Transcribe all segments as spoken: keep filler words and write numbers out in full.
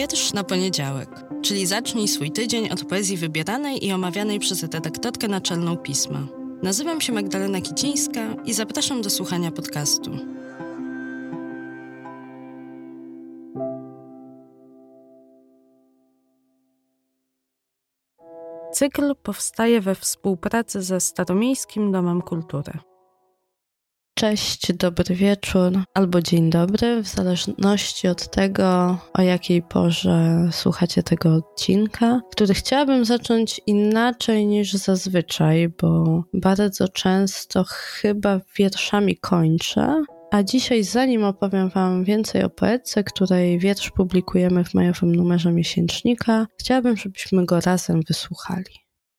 Wiersz na poniedziałek, czyli zacznij swój tydzień od poezji wybieranej i omawianej przez redaktorkę naczelną pisma. Nazywam się Magdalena Kicińska i zapraszam do słuchania podcastu. Cykl powstaje we współpracy ze Staromiejskim Domem Kultury. Cześć, dobry wieczór albo dzień dobry, w zależności od tego, o jakiej porze słuchacie tego odcinka, który chciałabym zacząć inaczej niż zazwyczaj, bo bardzo często chyba wierszami kończę. A dzisiaj, zanim opowiem wam więcej o poetce, której wiersz publikujemy w majowym numerze miesięcznika, chciałabym, żebyśmy go razem wysłuchali.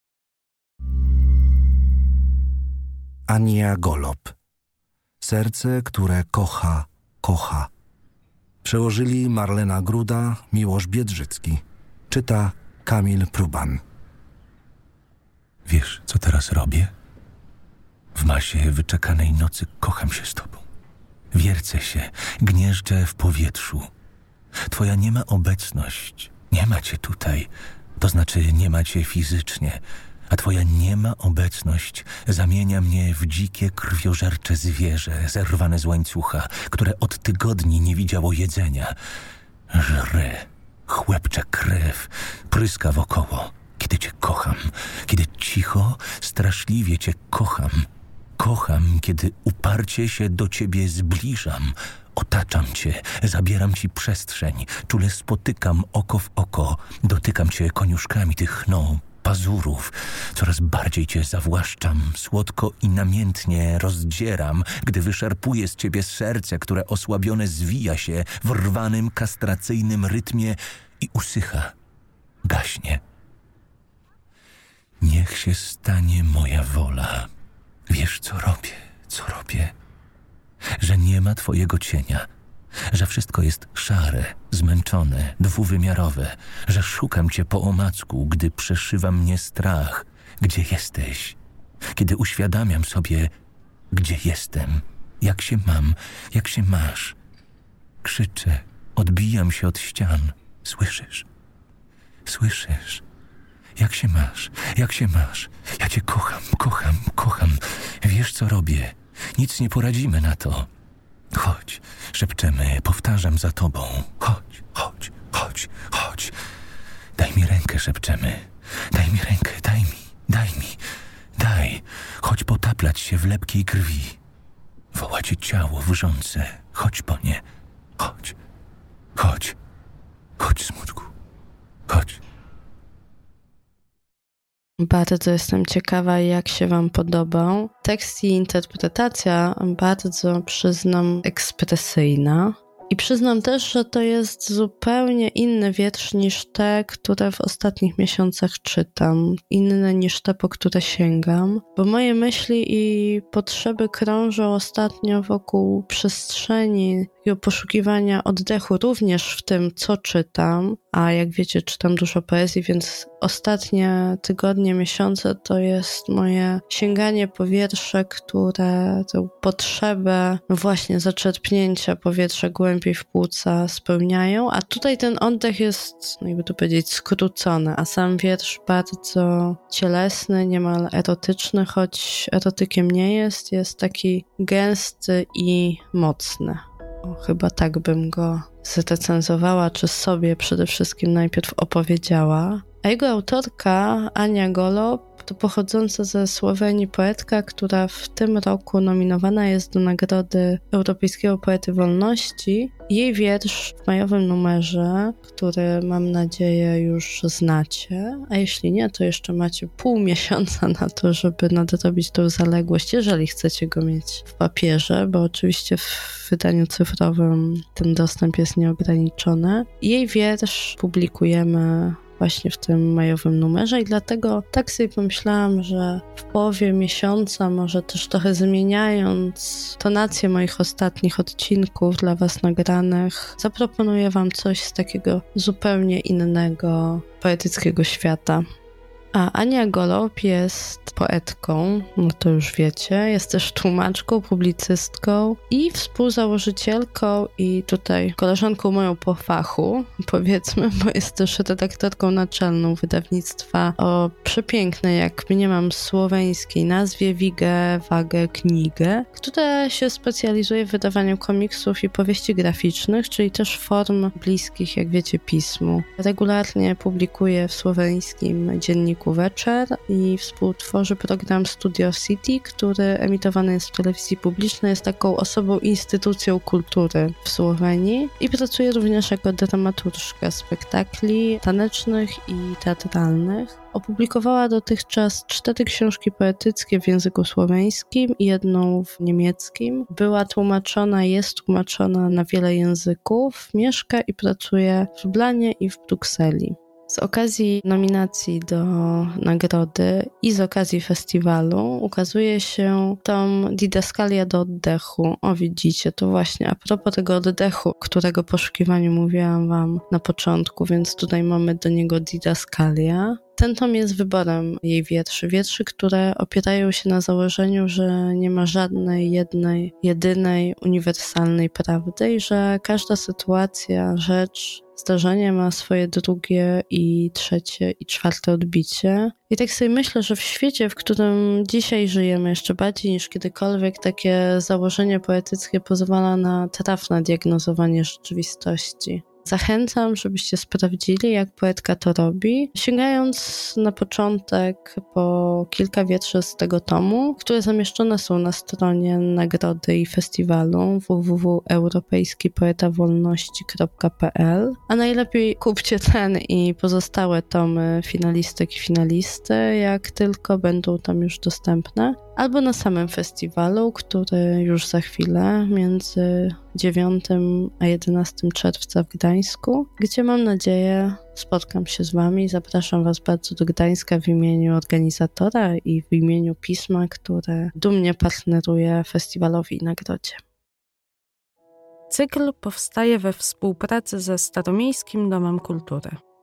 Ania Golob. Serce, które kocha, kocha. Przełożyli Marlena Gruda, Miłosz Biedrzycki. Czyta Kamil Pruban. Wiesz, co teraz robię? W masie wyczekanej nocy kocham się z tobą. Wiercę się, gnieżdżę w powietrzu. Twoja niema obecność, nie ma cię tutaj, to znaczy nie ma cię fizycznie, a twoja niema obecność zamienia mnie w dzikie, krwiożercze zwierzę zerwane z łańcucha, które od tygodni nie widziało jedzenia. Żre, chłepcze krew, pryska wokoło, kiedy cię kocham, kiedy cicho, straszliwie cię kocham. Kocham, kiedy uparcie się do ciebie zbliżam. Otaczam cię, zabieram ci przestrzeń, czule spotykam oko w oko, dotykam cię koniuszkami tych, no, pazurów. Coraz bardziej cię zawłaszczam, słodko i namiętnie rozdzieram, gdy wyszarpuję z ciebie serce, które osłabione zwija się w rwanym, kastracyjnym rytmie i usycha, gaśnie. Niech się stanie moja wola. Wiesz, co robię, co robię? Że nie ma twojego cienia, że wszystko jest szare, zmęczone, dwuwymiarowe, że szukam cię po omacku, gdy przeszywa mnie strach. Gdzie jesteś? Kiedy uświadamiam sobie, gdzie jestem, jak się mam, jak się masz. Krzyczę, odbijam się od ścian. Słyszysz? Słyszysz? Jak się masz? Jak się masz? Ja cię kocham, kocham, kocham. Wiesz, co robię? Nic nie poradzimy na to. Chodź, szepczemy, powtarzam za tobą. Chodź, chodź, chodź, chodź. Daj mi rękę, szepczemy. Daj mi rękę, daj mi, daj mi, daj. Chodź potaplać się w lepkiej krwi. Woła cię ciało wrzące. Chodź po nie. Chodź, chodź, chodź, smutku. Chodź. Bardzo jestem ciekawa, jak się wam podobał. Tekst i interpretacja bardzo, przyznam, ekspresyjna. I przyznam też, że to jest zupełnie inny wiersz niż te, które w ostatnich miesiącach czytam. Inne niż te, po które sięgam. Bo moje myśli i potrzeby krążą ostatnio wokół przestrzeni, takiego poszukiwania oddechu również w tym, co czytam. A jak wiecie, czytam dużo poezji, więc ostatnie tygodnie, miesiące to jest moje sięganie po wiersze, które tę potrzebę właśnie zaczerpnięcia powietrza głębiej w płuca spełniają, a tutaj ten oddech jest, jakby to powiedzieć, skrócony, a sam wiersz bardzo cielesny, niemal erotyczny, choć erotykiem nie jest, jest taki gęsty i mocny. O, chyba tak bym go zrecenzowała, czy sobie przede wszystkim najpierw opowiedziała. A jego autorka, Ania Golob, to pochodząca ze Słowenii poetka, która w tym roku nominowana jest do Nagrody Europejskiego Poety Wolności. Jej wiersz w majowym numerze, który mam nadzieję już znacie, a jeśli nie, to jeszcze macie pół miesiąca na to, żeby nadrobić tę zaległość, jeżeli chcecie go mieć w papierze, bo oczywiście w wydaniu cyfrowym ten dostęp jest nieograniczony. Jej wiersz publikujemy właśnie w tym majowym numerze i dlatego tak sobie pomyślałam, że w połowie miesiąca, może też trochę zmieniając tonację moich ostatnich odcinków dla was nagranych, zaproponuję wam coś z takiego zupełnie innego poetyckiego świata. A Ania Golob jest poetką, no to już wiecie, jest też tłumaczką, publicystką i współzałożycielką i tutaj koleżanką moją po fachu, powiedzmy, bo jest też redaktorką naczelną wydawnictwa o przepięknej, jak mniemam, słoweńskiej nazwie Wige Wage Knigę, która się specjalizuje w wydawaniu komiksów i powieści graficznych, czyli też form bliskich, jak wiecie, pismu. Regularnie publikuje w słoweńskim dzienniku Večer i współtworzy program Studio City, który emitowany jest w telewizji publicznej, jest taką osobą, instytucją kultury w Słowenii i pracuje również jako dramaturżka spektakli tanecznych i teatralnych. Opublikowała dotychczas cztery książki poetyckie w języku słoweńskim i jedną w niemieckim. Była tłumaczona, jest tłumaczona na wiele języków, mieszka i pracuje w Lublanie i w Brukseli. Z okazji nominacji do nagrody i z okazji festiwalu ukazuje się tom Didaskalia do oddechu. O, widzicie, to właśnie a propos tego oddechu, którego poszukiwaniu mówiłam wam na początku, więc tutaj mamy do niego Didaskalia. Ten tom jest wyborem jej wierszy. Wierszy, które opierają się na założeniu, że nie ma żadnej jednej, jedynej, uniwersalnej prawdy i że każda sytuacja, rzecz, zdarzenie ma swoje drugie i trzecie i czwarte odbicie. I tak sobie myślę, że w świecie, w którym dzisiaj żyjemy jeszcze bardziej niż kiedykolwiek, takie założenie poetyckie pozwala na trafne diagnozowanie rzeczywistości. Zachęcam, żebyście sprawdzili, jak poetka to robi, sięgając na początek po kilka wierszy z tego tomu, które zamieszczone są na stronie nagrody i festiwalu w w w kropka europejski poeta wolności kropka p l, a najlepiej kupcie ten i pozostałe tomy finalistek i finalisty, jak tylko będą tam już dostępne, albo na samym festiwalu, który już za chwilę, między dziewiątego a jedenastego czerwca w Gdańsku, gdzie mam nadzieję spotkam się z wami. Zapraszam was bardzo do Gdańska w imieniu organizatora i w imieniu pisma, które dumnie partneruje festiwalowi i nagrodzie. Cykl powstaje we współpracy ze Staromiejskim Domem Kultury.